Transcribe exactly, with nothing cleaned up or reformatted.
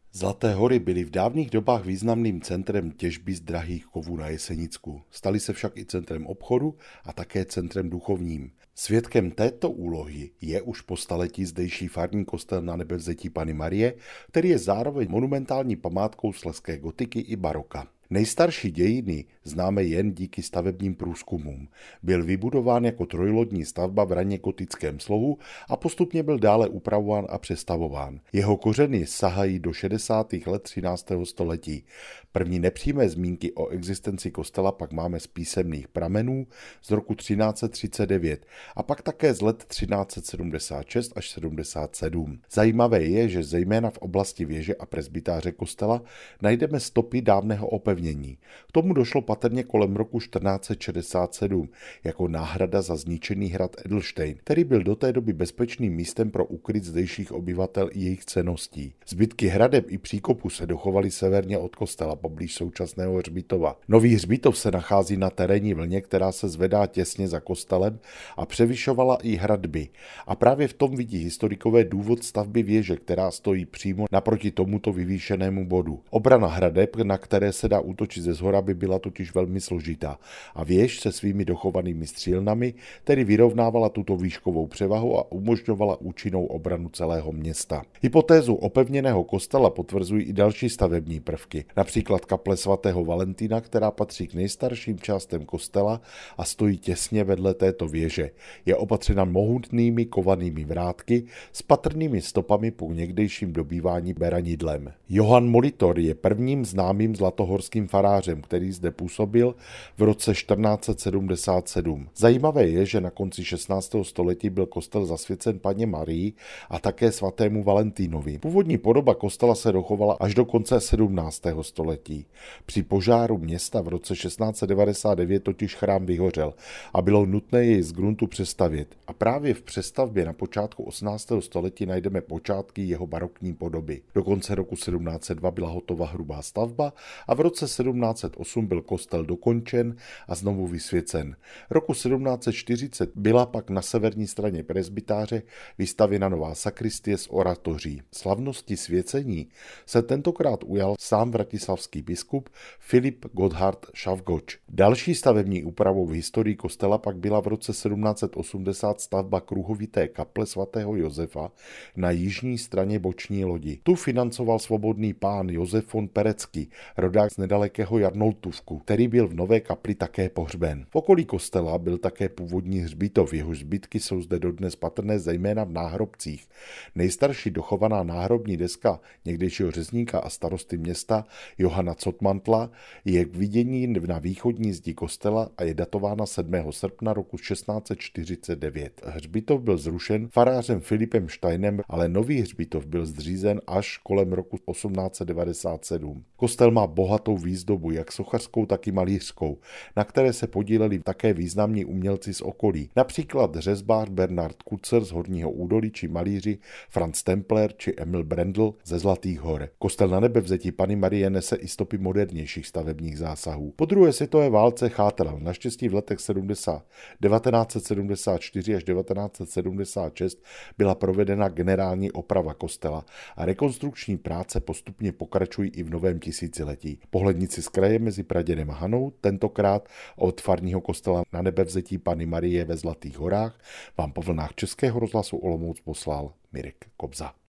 Zlaté hory byly v dávných dobách významným centrem těžby z drahých kovů na Jesenicku. Staly se však i centrem obchodu a také centrem duchovním. Svědkem této úlohy je už po staletí zdejší farní kostel Nanebevzetí Panny Marie, který je zároveň monumentální památkou slezské gotiky i baroka. Nejstarší dějiny známe jen díky stavebním průzkumům. Byl vybudován jako trojlodní stavba v raně gotickém slohu a postupně byl dále upravován a přestavován. Jeho kořeny sahají do šedesátých let třináctého století. První nepřímé zmínky o existenci kostela pak máme z písemných pramenů z roku třináct set třicet devět a pak také z let třináct set sedmdesát šest až sedmdesát sedm. Zajímavé je, že zejména v oblasti věže a presbytáře kostela najdeme stopy dávného opevnění. K tomu došlo patrně kolem roku čtrnáct set šedesát sedm jako náhrada za zničený hrad Edelstein, který byl do té doby bezpečným místem pro úkryt zdejších obyvatel i jejich cenností. Zbytky hradeb i příkopů se dochovaly severně od kostela poblíž současného hřbitova. Nový hřbitov se nachází na terénní vlně, která se zvedá těsně za kostelem a převyšovala i hradby. A právě v tom vidí historikové důvod stavby věže, která stojí přímo naproti tomuto vyvýšenému bodu. Obrana hradeb, na které se dá útočit ze zhora, by byla totiž velmi složitá a věž se svými dochovanými střílnami tedy vyrovnávala tuto výškovou převahu a umožňovala účinnou obranu celého města. Hypotézu opevněného kostela potvrzují i další stavební prvky, například kaple svatého Valentína, která patří k nejstarším částem kostela a stojí těsně vedle této věže. Je opatřena mohutnými kovanými vrátky s patrnými stopami po někdejším dobývání beranidlem. Johann Molitor je prvním známým zlatohorským farářem, který zde působil v roce čtrnáct set sedmdesát sedm. Zajímavé je, že na konci šestnáctého století byl kostel zasvěcen Panně Marii a také svatému Valentínovi. Původní podoba kostela se dochovala až do konce sedmnáctého století. Při požáru města v roce šestnáct set devadesát devět totiž chrám vyhořel a bylo nutné jej z gruntu přestavět. A právě v přestavbě na počátku osmnáctého století najdeme počátky jeho barokní podoby. Do konce roku sedmnáct set dva byla hotova hrubá stavba a v roce sedmnáct set osm byl kostel dokončen a znovu vysvěcen. Roku sedmnáct set čtyřicet byla pak na severní straně presbytáře vystavěna nová sakristie s oratoří. Slavnosti svěcení se tentokrát ujal sám vratislavský biskup Filip Gotthard Šavgoč. Další stavební úpravou v historii kostela pak byla v roce sedmnáct set osmdesát stavba kruhovité kaple svatého Josefa na jižní straně boční lodi. Tu financoval svobodný pán Josef von Perecky, rodák z nedalekého Jarnoltůvku, který byl v nové kapli také pohřben. V okolí kostela byl také původní hřbitov, jehož zbytky jsou zde dodnes patrné zejména v náhrobcích. Nejstarší dochovaná náhrobní deska někdejšího řezníka a starosty města Johana Cotmantla je k vidění na východní zdi kostela a je datována sedmého srpna roku šestnáct set čtyřicet devět. Hřbitov byl zrušen farářem Filipem Steinem, ale nový hřbitov byl zřízen až kolem roku osmnáct set devadesát sedm. Kostel má bohatou výzdobu, jak sochařskou, tak i malířskou, na které se podíleli také významní umělci z okolí, například řezbář Bernard Kutzer z Horního údolí či malíři Franz Templer či Emil Brendl ze Zlatých hor. Kostel Nanebevzetí Panny Marie nese i stopy modernějších stavebních zásahů. Po druhé světové válce chátral. Naštěstí v letech devatenáct set sedmdesát čtyři až devatenáct set sedmdesát šest byla provedena generální oprava kostela a rekonstrukční práce postupně pokračují i v novém tisíciletí. Pohlednici z kraje mezi Pradědem a Hanou, tentokrát od farního kostela Nanebevzetí Panny Marie ve Zlatých horách, vám po vlnách Českého rozhlasu Olomouc poslal Mirek Kobza.